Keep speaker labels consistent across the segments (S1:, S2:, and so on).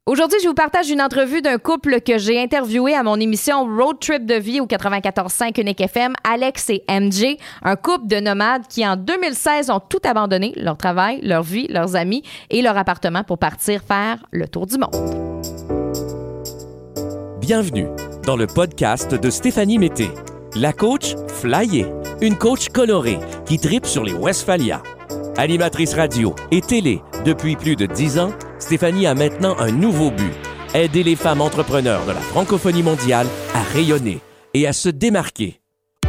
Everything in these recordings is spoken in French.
S1: Aujourd'hui, je vous partage une entrevue d'un couple que j'ai interviewé à mon émission Road Trip de vie au 94.5 Unique FM, Alex et MJ, un couple de nomades qui, en 2016, ont tout abandonné, leur travail, leur vie, leurs amis et leur appartement pour partir faire le tour du monde.
S2: Bienvenue dans le podcast de Stéphanie Mété, la coach flyée, une coach colorée qui tripe sur les Westphalia. Animatrice radio et télé depuis plus de 10 ans, Stéphanie a maintenant un nouveau but, aider les femmes entrepreneurs de la francophonie mondiale à rayonner et à se démarquer.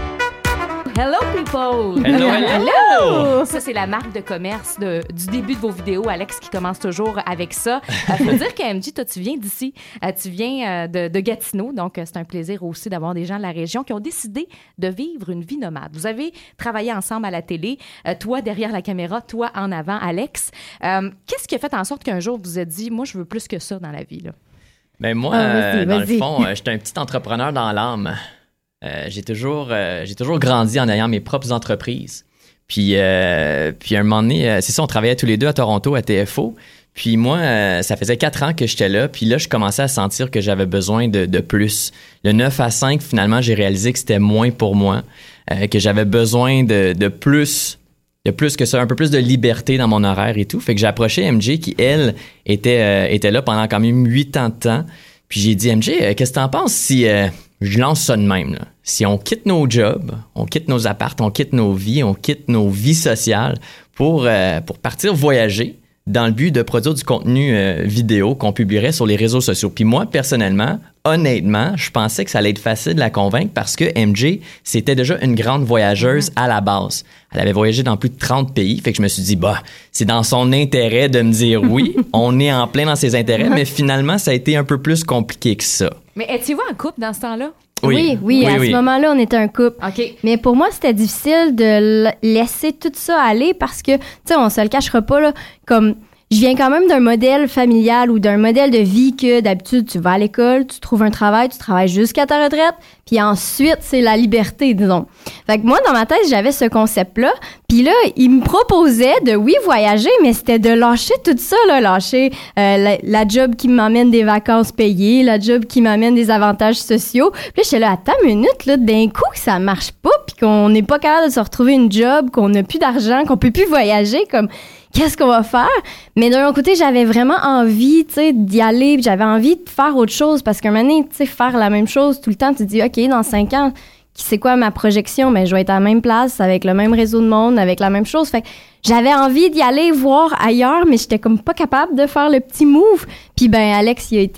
S1: Hello people!
S3: Hello, hello!
S1: Ça, c'est la marque de commerce du début de vos vidéos, Alex, qui commence toujours avec ça. Faut dire que MJ, toi, tu viens d'ici. Tu viens de Gatineau, donc c'est un plaisir aussi d'avoir des gens de la région qui ont décidé de vivre une vie nomade. Vous avez travaillé ensemble à la télé, toi derrière la caméra, toi en avant, Alex. Qu'est-ce qui a fait en sorte qu'un jour, vous vous êtes dit, moi, je veux plus que ça dans la vie, là?
S3: Ben moi, dans le fond, j'étais un petit entrepreneur dans l'âme. J'ai toujours grandi en ayant mes propres entreprises. Puis à un moment donné, c'est ça, on travaillait tous les deux à Toronto, à TFO. Puis moi, ça faisait 4 ans que j'étais là. Puis là, je commençais à sentir que j'avais besoin de plus. Le 9 à 5, finalement, j'ai réalisé que c'était moins pour moi, que j'avais besoin de plus que ça, un peu plus de liberté dans mon horaire et tout. Fait que j'ai approché MJ qui, elle, était là pendant quand même 8 ans de temps. Puis j'ai dit, MJ, qu'est-ce que t'en penses si je lance ça de même, là? Si on quitte nos jobs, on quitte nos apparts, on quitte nos vies, on quitte nos vies sociales pour partir voyager dans le but de produire du contenu vidéo qu'on publierait sur les réseaux sociaux. Puis moi, personnellement, honnêtement, je pensais que ça allait être facile de la convaincre parce que MJ, c'était déjà une grande voyageuse à la base. Elle avait voyagé dans plus de 30 pays, fait que je me suis dit, c'est dans son intérêt de me dire oui, on est en plein dans ses intérêts, mais finalement, ça a été un peu plus compliqué que ça.
S1: Mais étiez-vous en couple dans ce temps-là?
S4: Oui, à ce moment-là, on était un couple.
S1: OK.
S4: Mais pour moi, c'était difficile de laisser tout ça aller parce que, tu sais, on se le cachera pas, là, comme... Je viens quand même d'un modèle familial ou d'un modèle de vie que d'habitude, tu vas à l'école, tu trouves un travail, tu travailles jusqu'à ta retraite, puis ensuite, c'est la liberté, disons. Fait que moi, dans ma tête, j'avais ce concept-là, puis là, il me proposait de, oui, voyager, mais c'était de lâcher tout ça, là, lâcher la job qui m'amène des vacances payées, la job qui m'amène des avantages sociaux. Puis là, j'étais là, attends une minute, là, d'un coup, que ça marche pas, puis qu'on n'est pas capable de se retrouver une job, qu'on n'a plus d'argent, qu'on peut plus voyager, comme... Qu'est-ce qu'on va faire? Mais d'un autre côté, j'avais vraiment envie, tu sais, d'y aller. J'avais envie de faire autre chose parce qu'un moment donné, tu sais, faire la même chose tout le temps, tu te dis, OK, dans 5 ans, c'est quoi ma projection? Mais je vais être à la même place, avec le même réseau de monde, avec la même chose. Fait que j'avais envie d'y aller voir ailleurs, mais j'étais comme pas capable de faire le petit move. Puis ben, Alex, il a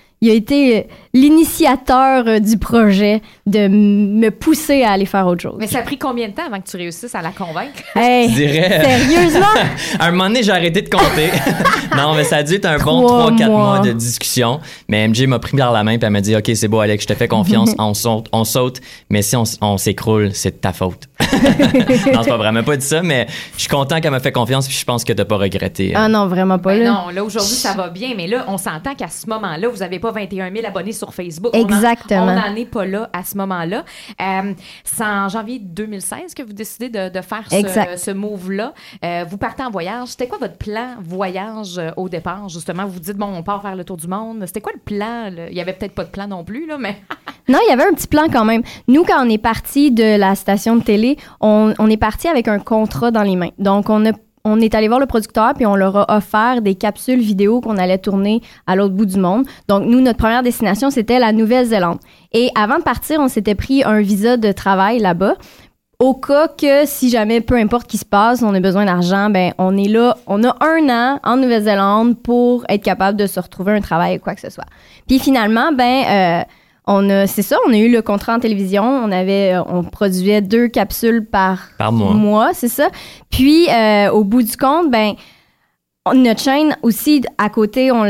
S4: été l'initiateur du projet de me pousser à aller faire autre chose.
S1: Mais ça a pris combien de temps avant que tu réussisses à la convaincre?
S4: Hey,
S3: je dirais...
S4: Sérieusement?
S3: À un moment donné, j'ai arrêté de compter. Non, mais ça a dû être un bon 3-4 mois de discussion. Mais MJ m'a pris par la main et elle m'a dit, OK, c'est beau, Alex, je te fais confiance, on saute. Mais si on s'écroule, c'est de ta faute. Non, c'est pas vraiment pas dit ça, mais je suis content qu'elle m'a fait confiance puis je pense que t'as pas regretté.
S4: Ah non, vraiment pas.
S1: Ben
S4: là.
S1: non, là, aujourd'hui, ça va bien, mais là, on s'entend qu'à ce moment-là, vous avez pas 21 000 abonnés sur Facebook.
S4: Exactement.
S1: On n'en est pas là à ce moment-là. C'est en janvier 2016 que vous décidez de faire ce move-là. Vous partez en voyage. C'était quoi votre plan voyage au départ, justement? Vous vous dites, bon, on part faire le tour du monde. C'était quoi le plan? Là? Il y avait peut-être pas de plan non plus, là, mais...
S4: Non, il y avait un petit plan quand même. Nous, quand on est parti de la station de télé, on est parti avec un contrat dans les mains. Donc, on est allé voir le producteur puis on leur a offert des capsules vidéo qu'on allait tourner à l'autre bout du monde. Donc, nous, notre première destination, c'était la Nouvelle-Zélande. Et avant de partir, on s'était pris un visa de travail là-bas. Au cas que, si jamais, peu importe ce qui se passe, on a besoin d'argent, ben on est là, on a 1 an en Nouvelle-Zélande pour être capable de se retrouver un travail ou quoi que ce soit. Puis finalement, on a eu le contrat en télévision. On produisait 2 capsules par mois, c'est ça. Puis, au bout du compte, notre chaîne aussi, à côté, on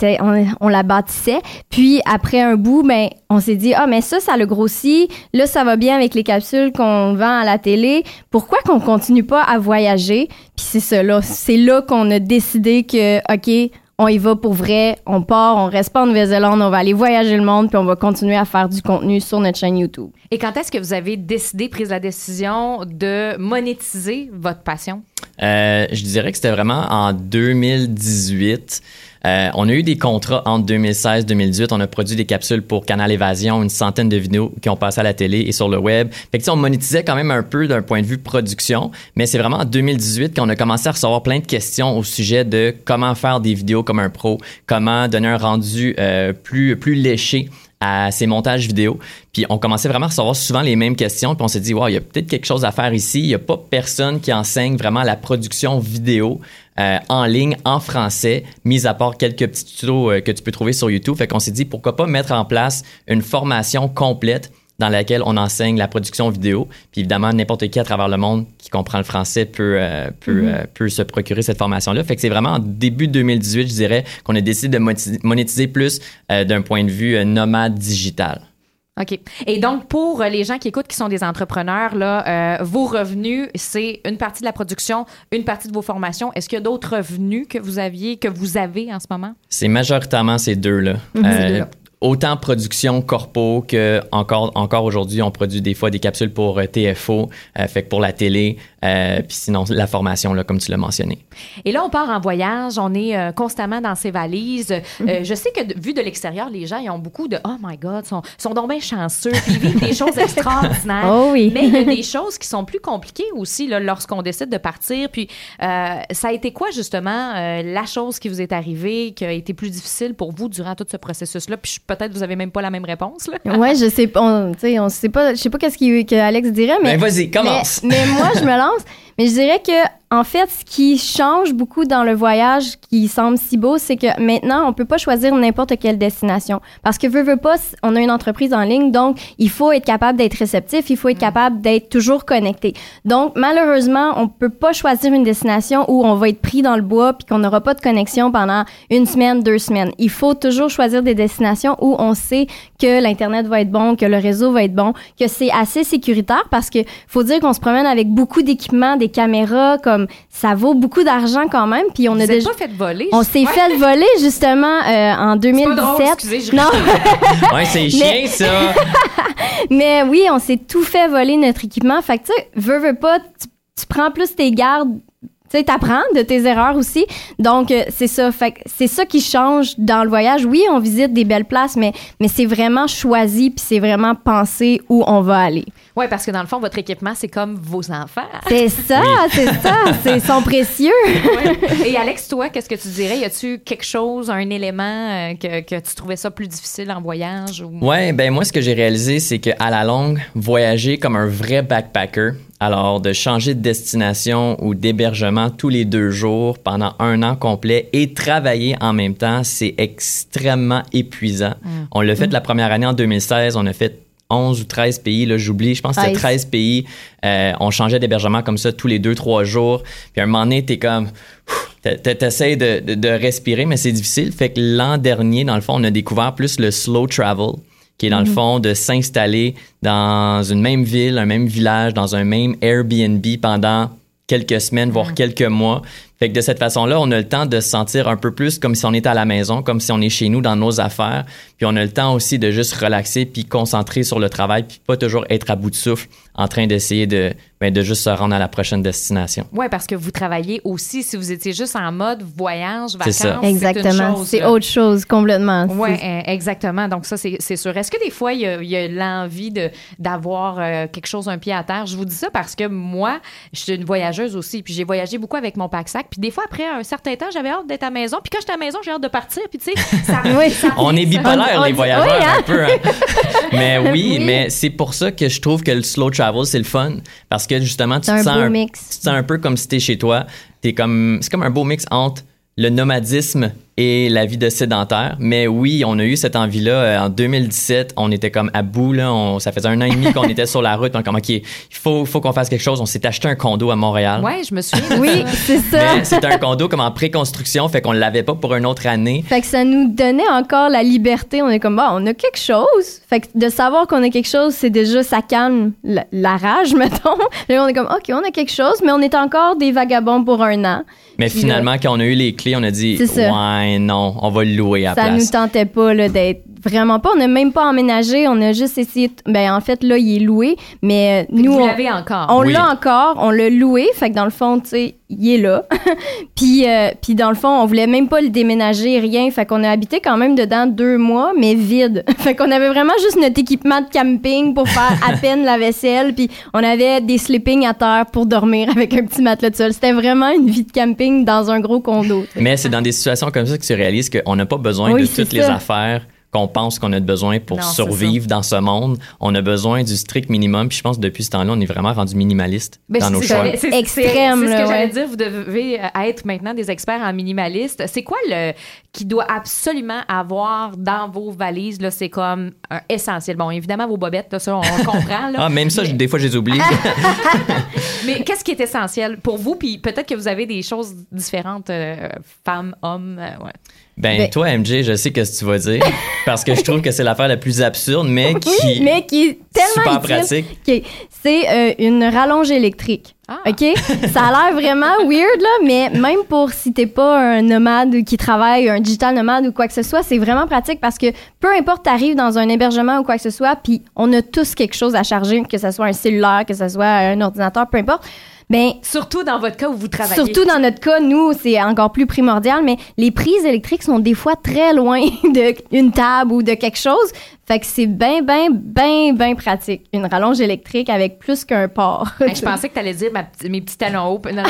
S4: la bâtissait. Puis, après un bout, on s'est dit, mais ça le grossit. Là, ça va bien avec les capsules qu'on vend à la télé. Pourquoi qu'on continue pas à voyager? Puis, c'est ça, là. C'est là qu'on a décidé que, OK, on y va pour vrai, on part, on reste pas en Nouvelle-Zélande, on va aller voyager le monde, puis on va continuer à faire du contenu sur notre chaîne YouTube.
S1: Et quand est-ce que vous avez pris la décision de monétiser votre passion?
S3: Je dirais que c'était vraiment en 2018. On a eu des contrats entre 2016 et 2018. On a produit des capsules pour Canal Évasion, une centaine de vidéos qui ont passé à la télé et sur le web. Fait que, on monétisait quand même un peu d'un point de vue production, mais c'est vraiment en 2018 qu'on a commencé à recevoir plein de questions au sujet de comment faire des vidéos comme un pro, comment donner un rendu plus léché à ces montages vidéo. Puis on commençait vraiment à recevoir souvent les mêmes questions. Puis on s'est dit, wow, il y a peut-être quelque chose à faire ici. Il n'y a pas personne qui enseigne vraiment la production vidéo en ligne, en français, mis à part quelques petits tutos que tu peux trouver sur YouTube. Fait qu'on s'est dit, pourquoi pas mettre en place une formation complète dans laquelle on enseigne la production vidéo. Puis évidemment, n'importe qui à travers le monde qui comprend le français peut se procurer cette formation-là. Fait que c'est vraiment en début 2018, je dirais, qu'on a décidé de monétiser plus d'un point de vue nomade digital.
S1: OK. Et donc, pour les gens qui écoutent, qui sont des entrepreneurs, là, vos revenus, c'est une partie de la production, une partie de vos formations. Est-ce qu'il y a d'autres revenus que vous avez en ce moment? C'est
S3: majoritairement ces deux-là. Autant production corpo que encore aujourd'hui, on produit des fois des capsules pour TFO, fait que pour la télé, puis sinon la formation, là, comme tu l'as mentionné.
S1: Et là, on part en voyage, on est constamment dans ses valises. Je sais que vu de l'extérieur, les gens, ils ont beaucoup de « Oh my God, sont donc bien chanceux », puis ils vivent des choses extraordinaires.
S4: Oh oui.
S1: Mais il y a des choses qui sont plus compliquées aussi là, lorsqu'on décide de partir. Puis ça a été quoi, justement, la chose qui vous est arrivée, qui a été plus difficile pour vous durant tout ce processus-là? Puis peut-être vous avez même pas la même réponse, là.
S4: Ouais, je sais pas. On sait pas. Je sais pas qu'est-ce que Alex dirait, mais.
S3: Ben vas-y, commence.
S4: Mais moi, je me lance. Mais je dirais que, en fait, ce qui change beaucoup dans le voyage, qui semble si beau, c'est que maintenant, on peut pas choisir n'importe quelle destination. Parce que veut pas, on a une entreprise en ligne, donc il faut être capable d'être réceptif, il faut être capable d'être toujours connecté. Donc, malheureusement, on peut pas choisir une destination où on va être pris dans le bois puis qu'on n'aura pas de connexion pendant 1 semaine, 2 semaines. Il faut toujours choisir des destinations où on sait que l'Internet va être bon, que le réseau va être bon, que c'est assez sécuritaire parce que faut dire qu'on se promène avec beaucoup d'équipements, des caméras, comme ça vaut beaucoup d'argent quand même. Puis on a déjà
S1: pas fait voler.
S4: On s'est fait voler justement en 2017.
S1: C'est pas drôle, excusez,
S4: non.
S3: Ouais, c'est chiant ça.
S4: Mais oui, on s'est tout fait voler notre équipement. Fait que tu sais, veux pas, tu prends plus tes gardes. Tu sais, t'apprends de tes erreurs aussi. Donc, c'est ça. Fait que c'est ça qui change dans le voyage. Oui, on visite des belles places, mais c'est vraiment choisi puis c'est vraiment pensé où on va aller.
S1: Oui, parce que dans le fond, votre équipement, c'est comme vos enfants.
S4: C'est ça, oui. Ils sont précieux.
S1: Ouais. Et Alex, toi, qu'est-ce que tu dirais? Y a-tu quelque chose, un élément que tu trouvais ça plus difficile en voyage? Ou...
S3: Oui, ben moi, ce que j'ai réalisé, c'est qu'à la longue, voyager comme un vrai backpacker, alors de changer de destination ou d'hébergement tous les 2 jours pendant 1 an complet et travailler en même temps, c'est extrêmement épuisant. On l'a fait la première année en 2016, on a fait 11 ou 13 pays, là, j'oublie, je pense que c'était 13 pays. On changeait d'hébergement comme ça tous les 2-3 jours. Puis à un moment donné, t'es comme... T'essayes de respirer, mais c'est difficile. Fait que l'an dernier, dans le fond, on a découvert plus le slow travel, qui est dans le fond de s'installer dans une même ville, un même village, dans un même Airbnb pendant quelques semaines, voire quelques mois. Fait que de cette façon-là, on a le temps de se sentir un peu plus comme si on était à la maison, comme si on est chez nous dans nos affaires. Puis on a le temps aussi de juste relaxer puis concentrer sur le travail puis pas toujours être à bout de souffle en train d'essayer de juste se rendre à la prochaine destination.
S1: Oui, parce que vous travaillez aussi. Si vous étiez juste en mode voyage, vacances,
S3: c'est ça.
S4: Exactement. C'est autre chose complètement.
S1: Oui, exactement. Donc ça, c'est sûr. Est-ce que des fois, il y a l'envie d'avoir quelque chose, un pied à terre? Je vous dis ça parce que moi, je suis une voyageuse aussi. Puis j'ai voyagé beaucoup avec mon pack-sac. Puis des fois, après un certain temps, j'avais hâte d'être à la maison. Puis quand j'étais à la maison, j'ai hâte de partir. Puis tu sais, ça
S3: on est bipolaires, les voyageurs,
S4: oui, hein?
S3: un peu. Hein? Mais oui, mais c'est pour ça que je trouve que le slow travel, c'est le fun. Parce que justement, tu te sens un peu comme si t'es chez toi. C'est comme un beau mix entre le nomadisme et la vie de sédentaire. Mais oui, on a eu cette envie-là. En 2017, on était comme à bout. Là. Ça faisait 1 an et demi qu'on était sur la route. On était comme, OK, il faut qu'on fasse quelque chose. On s'est acheté un condo à Montréal.
S1: Oui, je me souviens.
S4: Oui, c'est ça.
S3: Mais c'était un condo comme en préconstruction, fait qu'on ne l'avait pas pour une autre année.
S4: Fait que ça nous donnait encore la liberté. On est comme, on a quelque chose. Fait que de savoir qu'on a quelque chose, c'est déjà, ça calme la rage, mettons. Là, on est comme, OK, on a quelque chose, mais on est encore des vagabonds pour 1 an.
S3: Mais finalement, quand on a eu les clés, on a dit, ouais, non, on va le louer à la place.
S4: Ça nous tentait pas là, d'être Vraiment pas. On n'a même pas emménagé. On a juste essayé... en fait, là, il est loué. Mais nous,
S1: vous l'avez encore.
S4: On l'a encore. On l'a loué. Fait que dans le fond, tu sais, il est là. puis dans le fond, on voulait même pas le déménager, rien. Fait qu'on a habité quand même dedans 2 mois, mais vide. Fait qu'on avait vraiment juste notre équipement de camping pour faire à peine la vaisselle. Puis on avait des sleeping à terre pour dormir avec un petit matelas de sol. C'était vraiment une vie de camping dans un gros condo. T'sais.
S3: Mais c'est dans des situations comme ça que tu réalises qu'on n'a pas besoin de toutes les affaires qu'on pense qu'on a besoin pour survivre dans ce monde. On a besoin du strict minimum. Puis je pense que depuis ce temps-là, on est vraiment rendu minimaliste dans nos choix.
S1: C'est
S4: extrême.
S1: C'est ce que j'allais dire. Vous devez être maintenant des experts en minimaliste. C'est quoi le qui doit absolument avoir dans vos valises? Là, c'est comme un essentiel. Bon, évidemment, vos bobettes, là, ça, on comprend. Là.
S3: Même ça, des fois, je les oublie.
S1: Mais qu'est-ce qui est essentiel pour vous? Puis peut-être que vous avez des choses différentes, femmes, hommes. Ouais.
S3: Toi, MJ, je sais ce que tu vas dire, parce que je trouve que c'est l'affaire la plus absurde, mais qui
S4: est tellement
S3: super
S4: utile.
S3: pratique.
S4: Okay. C'est une rallonge électrique. OK? Ça a l'air vraiment weird, là, mais même pour si t'es pas un nomade qui travaille, un digital nomade ou quoi que ce soit, c'est vraiment pratique parce que peu importe, t'arrives dans un hébergement ou quoi que ce soit, puis on a tous quelque chose à charger, que ce soit un cellulaire, que ce soit un ordinateur, peu importe.
S1: Surtout dans votre cas où vous travaillez.
S4: Surtout dans notre cas, nous, c'est encore plus primordial, mais les prises électriques sont des fois très loin d'une table ou de quelque chose. Fait que c'est bien pratique. Une rallonge électrique avec plus qu'un port.
S1: Je pensais que tu allais dire mes petits talons hauts. Non,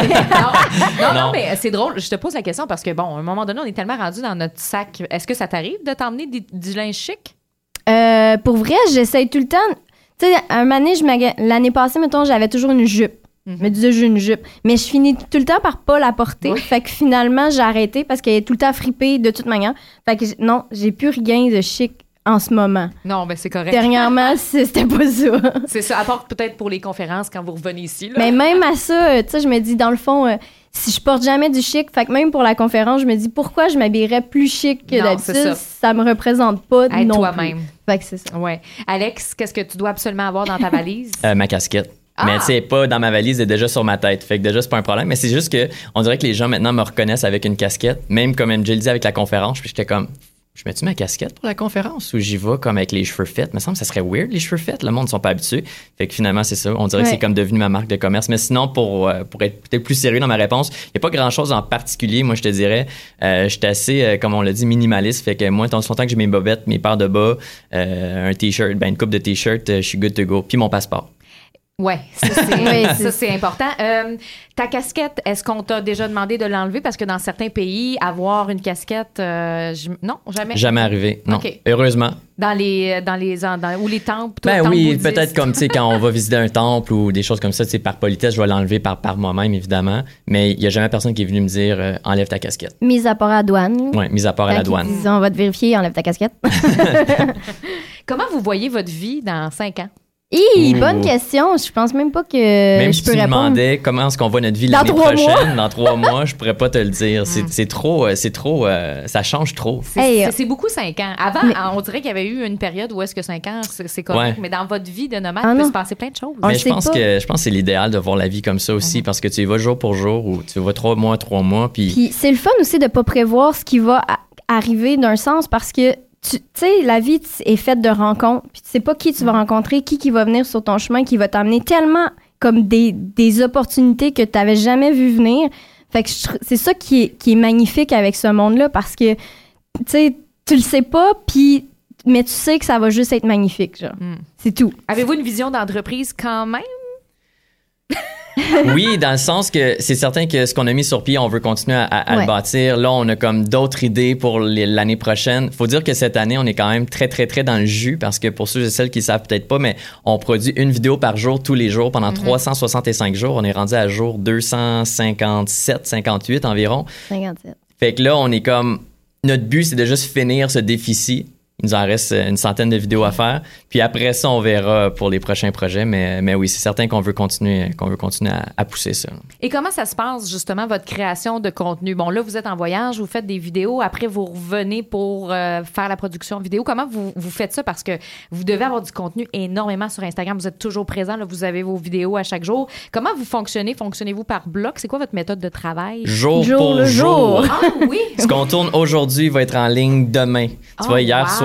S1: mais c'est drôle. Je te pose la question parce que, à un moment donné, on est tellement rendu dans notre sac. Est-ce que ça t'arrive de t'emmener du linge chic?
S4: Pour vrai, j'essaye tout le temps. Tu sais, un moment donné, l'année passée, mettons, j'avais toujours une jupe. Je me disais, j'ai une jupe. Mais je finis tout le temps par pas la porter. Oui. Fait que finalement, j'ai arrêté parce qu'elle est tout le temps fripée de toute manière. Fait que non, j'ai plus rien de chic en ce moment.
S1: Non, c'est correct.
S4: Dernièrement, c'était pas ça.
S1: C'est ça, à part peut-être pour les conférences quand vous revenez ici. Là.
S4: Mais même à ça, tu sais, je me dis, dans le fond, si je porte jamais du chic, fait que même pour la conférence, je me dis, pourquoi je m'habillerais plus chic que d'habitude? Ça me représente pas
S1: être
S4: non
S1: toi-même.
S4: Plus. Fait que c'est ça.
S1: Ouais. Alex, qu'est-ce que tu dois absolument avoir dans ta valise?
S3: Ma casquette. Mais tu sais, pas dans ma valise, elle est déjà sur ma tête. Fait que déjà, c'est pas un problème. Mais c'est juste que on dirait que les gens maintenant me reconnaissent avec une casquette. Même comme MJ le dit avec la conférence. Puis j'étais comme, je mets-tu ma casquette pour la conférence ou j'y vais comme avec les cheveux faits? Il me semble que ça serait weird, les cheveux faits. Le monde ne sont pas habitués. Fait que finalement, c'est ça. On dirait que c'est comme devenu ma marque de commerce. Mais sinon, pour être peut-être plus sérieux dans ma réponse, il n'y a pas grand-chose en particulier. Moi, je te dirais, j'étais assez, comme on l'a dit, minimaliste. Fait que moi, tant longtemps que j'ai mes bobettes, mes paires de bas, un T-shirt, une coupe de T-shirt, je suis good to go. Puis mon passeport.
S1: Ouais, ça c'est important. Ta casquette, est-ce qu'on t'a déjà demandé de l'enlever? Parce que dans certains pays, avoir une casquette, non, jamais.
S3: Jamais arrivé, non. Okay. Heureusement.
S1: Ou les temples,
S3: oui, peut-être comme, tu sais, quand on va visiter un temple ou des choses comme ça, tu sais, par politesse, je vais l'enlever par moi-même, évidemment. Mais il n'y a jamais personne qui est venu me dire, enlève ta casquette.
S4: Mis à part à la douane.
S3: Oui, mis à part à la douane.
S4: Ils disent, on va te vérifier, enlève ta casquette.
S1: Comment vous voyez votre vie dans 5 ans?
S4: Bonne question. Je pense même pas que
S3: même
S4: je
S3: si
S4: peux
S3: tu
S4: répondre.
S3: demandais comment est-ce qu'on voit notre vie l'année prochaine, dans 3 mois, je pourrais pas te le dire. C'est trop, ça change trop.
S1: C'est beaucoup 5 ans. Avant, on dirait qu'il y avait eu une période où est-ce que 5 ans, c'est correct. Ouais. Mais dans votre vie de nomade, il peut se passer plein de choses.
S3: Mais je pense que c'est l'idéal de voir la vie comme ça aussi, parce que tu y vas jour pour jour ou tu y vas 3 mois. Puis
S4: c'est le fun aussi de pas prévoir ce qui va arriver d'un sens, parce que tu sais, la vie est faite de rencontres. Puis tu sais pas qui tu vas rencontrer, qui va venir sur ton chemin, qui va t'amener tellement comme des opportunités que tu n'avais jamais vu venir. Fait que c'est ça qui est magnifique avec ce monde-là, parce que tu sais, tu le sais pas, mais tu sais que ça va juste être magnifique, genre. C'est tout.
S1: Avez-vous une vision d'entreprise quand même?
S3: Oui, dans le sens que c'est certain que ce qu'on a mis sur pied, on veut continuer à le bâtir. Là, on a comme d'autres idées pour l'année prochaine. Faut dire que cette année, on est quand même très, très, très dans le jus, parce que pour ceux et celles qui ne savent peut-être pas, mais on produit une vidéo par jour, tous les jours, pendant 365 jours. On est rendu à jour 257, 58 environ.
S4: 57.
S3: Fait que là, on est comme... Notre but, c'est de juste finir ce défi-ci. Il nous en reste une centaine de vidéos à faire. Puis après ça, on verra pour les prochains projets. Mais oui, c'est certain qu'on veut continuer à pousser ça.
S1: Et comment ça se passe, justement, votre création de contenu? Bon, là, vous êtes en voyage, vous faites des vidéos. Après, vous revenez pour faire la production vidéo. Comment vous faites ça? Parce que vous devez avoir du contenu énormément sur Instagram. Vous êtes toujours présent. Là, vous avez vos vidéos à chaque jour. Comment vous fonctionnez? Fonctionnez-vous par bloc? C'est quoi votre méthode de travail?
S3: Jour pour jour.
S1: Ah oui!
S3: Ce qu'on tourne aujourd'hui va être en ligne demain. Tu vois, hier soir,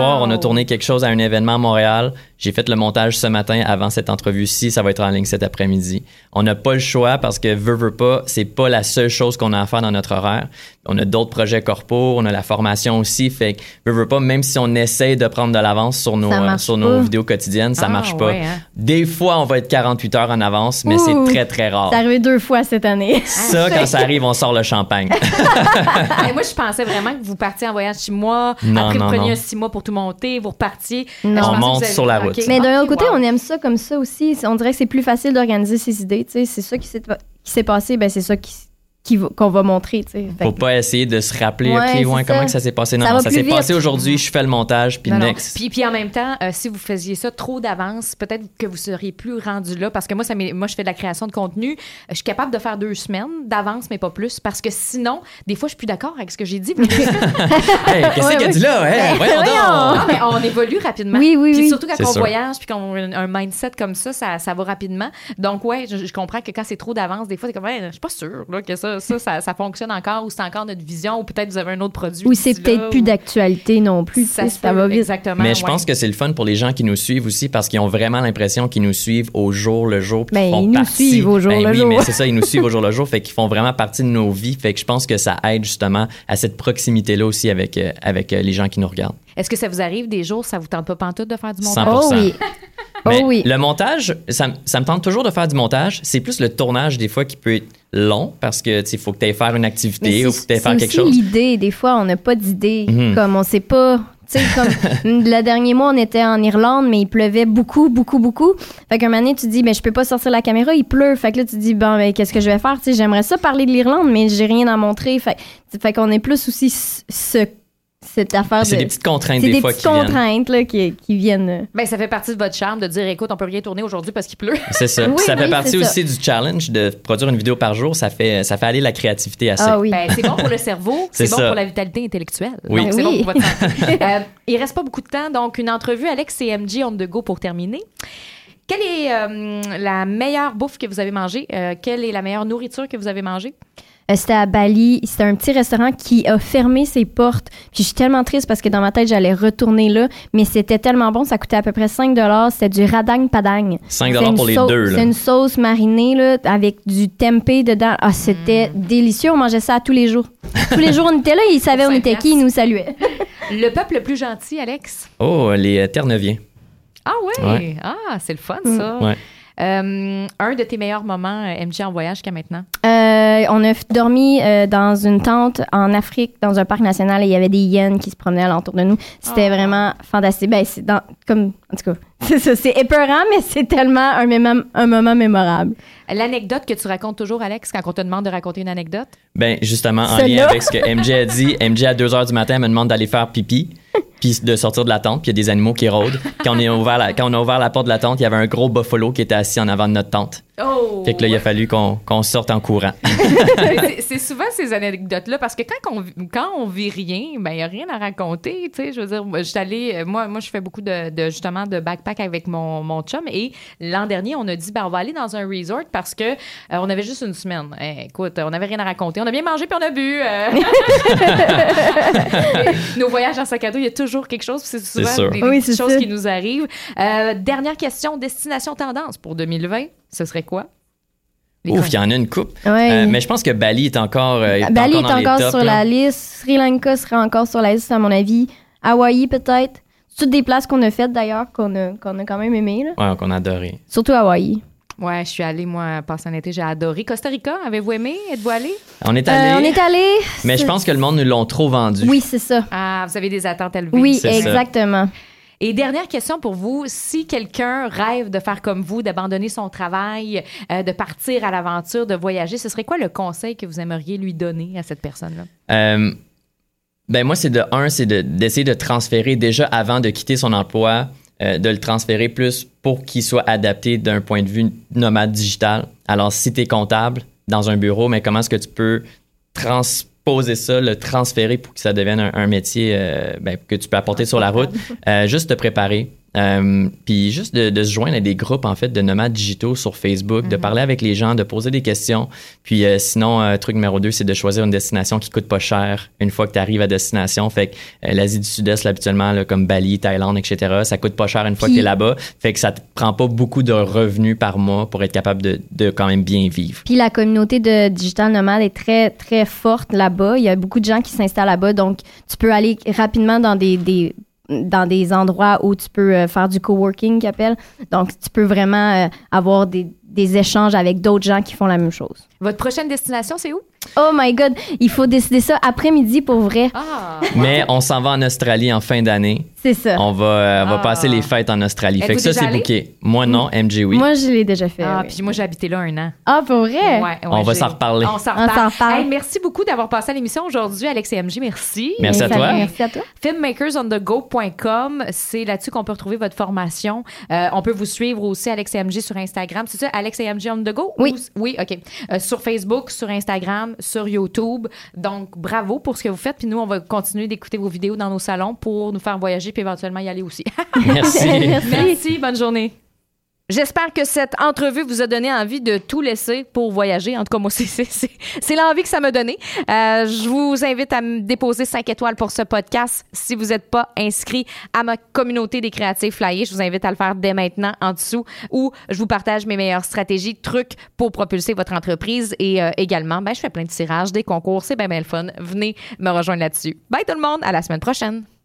S3: soir, on a tourné quelque chose à un événement à Montréal. J'ai fait le montage ce matin avant cette entrevue-ci. Ça va être en ligne cet après-midi. On n'a pas le choix parce que veut pas, c'est pas la seule chose qu'on a à faire dans notre horaire. On a d'autres projets corpos, on a la formation aussi. Fait que veut pas, même si on essaye de prendre de l'avance sur nos vidéos quotidiennes, ça marche pas. Ouais, hein? Des fois, on va être 48 heures en avance, mais c'est très, très rare.
S4: C'est arrivé 2 fois cette année.
S3: Ça, quand ça arrive, on sort le champagne.
S1: Moi, je pensais vraiment que vous partiez en voyage 6 mois. Après, vous preniez 6 mois pour tout monter, vous repartiez.
S3: On monte sur la route.
S4: Okay. Mais d'un autre côté, on aime ça comme ça aussi. On dirait que c'est plus facile d'organiser ses idées. C'est ça qui s'est passé, ben c'est ça qu'on va montrer.
S3: Faut pas essayer de se rappeler comment que ça s'est passé. Non, ça s'est passé aujourd'hui, je fais le montage, puis next.
S1: Puis en même temps, si vous faisiez ça trop d'avance, peut-être que vous seriez plus rendu là. Parce que moi, je fais de la création de contenu. Je suis capable de faire 2 semaines d'avance, mais pas plus. Parce que sinon, des fois, je suis plus d'accord avec ce que j'ai dit.
S3: Hey, qu'est-ce qu'elle dit là? Hey, voyons donc!
S1: Non, mais on évolue rapidement.
S4: Oui.
S1: Puis surtout quand on voyage, puis qu'on a un mindset comme ça va rapidement. Donc, je comprends que quand c'est trop d'avance, des fois, c'est comme, je suis pas sûre que ça fonctionne encore, ou c'est encore notre vision, ou peut-être vous avez un autre produit.
S4: Ou c'est peut-être plus d'actualité non plus. Ça va vite.
S1: Exactement.
S3: Mais je pense que c'est le fun pour les gens qui nous suivent aussi, parce qu'ils ont vraiment l'impression qu'ils nous suivent au jour le jour.
S4: Ils nous suivent au jour le jour.
S3: Oui, mais c'est ça, ils nous suivent au jour le jour, fait qu'ils font vraiment partie de nos vies. Fait que je pense que ça aide justement à cette proximité-là aussi avec les gens qui nous regardent.
S1: Est-ce que ça vous arrive des jours, ça vous tente pas pantoute de faire du montage?
S3: 100%.
S4: Oh oui.
S3: Mais le montage, ça me tente toujours de faire du montage. C'est plus le tournage, des fois, qui peut être long parce que il faut que tu ailles faire une activité ou que tu ailles faire quelque chose.
S4: C'est aussi l'idée. Des fois, on n'a pas d'idée. Comme on sait pas... Tu sais, comme le dernier mois, on était en Irlande, mais il pleuvait beaucoup. Fait qu'un moment donné, tu te dis, je peux pas sortir la caméra, il pleut. Fait que là, tu te dis, qu'est-ce que je vais faire? Tu sais, j'aimerais ça parler de l'Irlande, mais j'ai rien à montrer. Fait qu'on est plus aussi cette affaire
S3: c'est des petites contraintes des fois qui viennent.
S4: C'est des petites contraintes là, qui viennent.
S1: Ça fait partie de votre charme de dire, écoute, on peut rien tourner aujourd'hui parce qu'il pleut.
S3: C'est ça. Ça fait partie aussi du challenge de produire une vidéo par jour. Ça fait aller la créativité assez.
S4: Ah oui.
S1: C'est bon pour le cerveau, c'est bon pour la vitalité intellectuelle.
S3: Oui.
S1: Donc, c'est bon pour votre santé. Il reste pas beaucoup de temps, donc une entrevue, Alex et MJ on the go pour terminer. Quelle est la meilleure bouffe que vous avez mangée? Quelle est la meilleure nourriture que vous avez mangée?
S4: C'était à Bali. C'était un petit restaurant qui a fermé ses portes. Puis je suis tellement triste parce que dans ma tête, j'allais retourner là. Mais c'était tellement bon. Ça coûtait à peu près 5 $. C'était du radang padang.
S3: 5 $ pour les deux.
S4: C'est une sauce marinée là, avec du tempeh dedans. Ah, c'était délicieux. On mangeait ça tous les jours. Tous les jours, on était là. Ils savaient on était qui. Ils nous saluaient.
S1: Le peuple le plus gentil, Alex?
S3: Oh, les Terre-Neuviens.
S1: Ah oui? Ouais. Ah, c'est le fun, ça.
S3: Ouais.
S1: Un de tes meilleurs moments, MJ, en voyage jusqu'à maintenant?
S4: On a dormi dans une tente en Afrique, dans un parc national, et il y avait des hyènes qui se promenaient alentour de nous. C'était vraiment fantastique. En tout cas, c'est épeurant, mais c'est tellement un moment mémorable.
S1: L'anecdote que tu racontes toujours, Alex, quand on te demande de raconter une anecdote?
S3: Justement, en lien avec ce que MJ a dit, MJ à 2h du matin, elle me demande d'aller faire pipi, puis de sortir de la tente, puis il y a des animaux qui rôdent. Quand on a ouvert la porte de la tente, il y avait un gros buffalo qui était assis en avant de notre tente.
S1: Oh!
S3: Fait que là, il a fallu qu'on sorte en courant.
S1: c'est souvent ces anecdotes-là, parce que quand on vit rien, il n'y a rien à raconter, tu sais. Je veux dire, je suis allée, moi, je fais beaucoup justement de backpack avec mon chum, et l'an dernier, on a dit, on va aller dans un resort parce que on avait juste une semaine. Écoute, on n'avait rien à raconter. On a bien mangé puis on a bu. Nos voyages en sac à dos, il y a toujours quelque chose, c'est souvent des petites choses qui nous arrivent. Dernière question, destination tendance pour 2020, ce serait quoi?
S3: Ouf, il y en a une coupe.
S4: Ouais.
S3: Mais je pense que Bali est encore
S4: Bali est encore
S3: tops,
S4: sur la liste. Sri Lanka serait encore sur la liste, à mon avis. Hawaï, peut-être. C'est toutes des places qu'on a faites, d'ailleurs, qu'on a quand même aimées. Là.
S3: Ouais, qu'on a adoré.
S4: Surtout Hawaï.
S1: Ouais, je suis allée, moi, passer un été, j'ai adoré. Costa Rica, avez-vous aimé? Êtes-vous allé?
S3: On est allé.
S4: On est allé.
S3: Mais je pense que le monde nous l'ont trop vendu.
S4: Oui, c'est ça.
S1: Ah, vous avez des attentes élevées.
S4: Oui, exactement.
S1: Et dernière question pour vous, si quelqu'un rêve de faire comme vous, d'abandonner son travail, de partir à l'aventure, de voyager, ce serait quoi le conseil que vous aimeriez lui donner à cette personne-là?
S3: Moi, c'est d'essayer de transférer déjà avant de quitter son emploi, de le transférer plus pour qu'il soit adapté d'un point de vue nomade digital. Alors, si tu es comptable dans un bureau, mais comment est-ce que tu peux transposer ça, le transférer pour que ça devienne un métier que tu peux apporter sur la route? Juste te préparer. Puis juste de se joindre à des groupes, en fait, de nomades digitaux sur Facebook, de parler avec les gens, de poser des questions. Puis sinon, truc numéro 2, c'est de choisir une destination qui coûte pas cher une fois que tu arrives à destination. Fait que l'Asie du Sud-Est, là, habituellement, là, comme Bali, Thaïlande, etc., ça coûte pas cher une fois que tu es là-bas. Fait que ça te prend pas beaucoup de revenus par mois pour être capable de quand même bien vivre.
S4: Puis la communauté de digital nomade est très, très forte là-bas. Il y a beaucoup de gens qui s'installent là-bas. Donc, tu peux aller rapidement dans des endroits où tu peux faire du coworking, qu'ils appellent. Donc, tu peux vraiment avoir des échanges avec d'autres gens qui font la même chose.
S1: Votre prochaine destination, c'est où?
S4: Oh my God! Il faut décider ça après-midi pour vrai.
S3: Mais on s'en va en Australie en fin d'année.
S4: C'est ça.
S3: On va passer les fêtes en Australie. Fait que ça, c'est booké. Moi, non. MJ, oui.
S4: Moi, je l'ai déjà fait.
S1: Oui. Puis moi, j'ai habité là 1 an.
S4: Ah, pour vrai?
S1: Ouais,
S3: on va s'en reparler.
S1: On s'en reparle. Hey, merci beaucoup d'avoir passé à l'émission aujourd'hui, Alex et MJ. Merci.
S3: Merci à toi.
S4: Merci à toi.
S1: Filmmakersonthego.com, c'est là-dessus qu'on peut retrouver votre formation. On peut vous suivre aussi, Alex et MJ, sur Instagram. C'est ça, Alex et MJ on the go?
S4: Oui.
S1: Oui, OK. Sur Facebook, sur Instagram, sur YouTube. Donc, bravo pour ce que vous faites. Puis nous, on va continuer d'écouter vos vidéos dans nos salons pour nous faire voyager puis éventuellement y aller aussi.
S3: Merci.
S1: Merci. Bonne journée. J'espère que cette entrevue vous a donné envie de tout laisser pour voyager. En tout cas, moi, c'est l'envie que ça m'a donné. Je vous invite à me déposer 5 étoiles pour ce podcast. Si vous n'êtes pas inscrit à ma communauté des créatifs flyés, je vous invite à le faire dès maintenant en dessous, où je vous partage mes meilleures stratégies, trucs pour propulser votre entreprise. Et également, je fais plein de tirages, des concours. C'est bien le fun. Venez me rejoindre là-dessus. Bye tout le monde. À la semaine prochaine.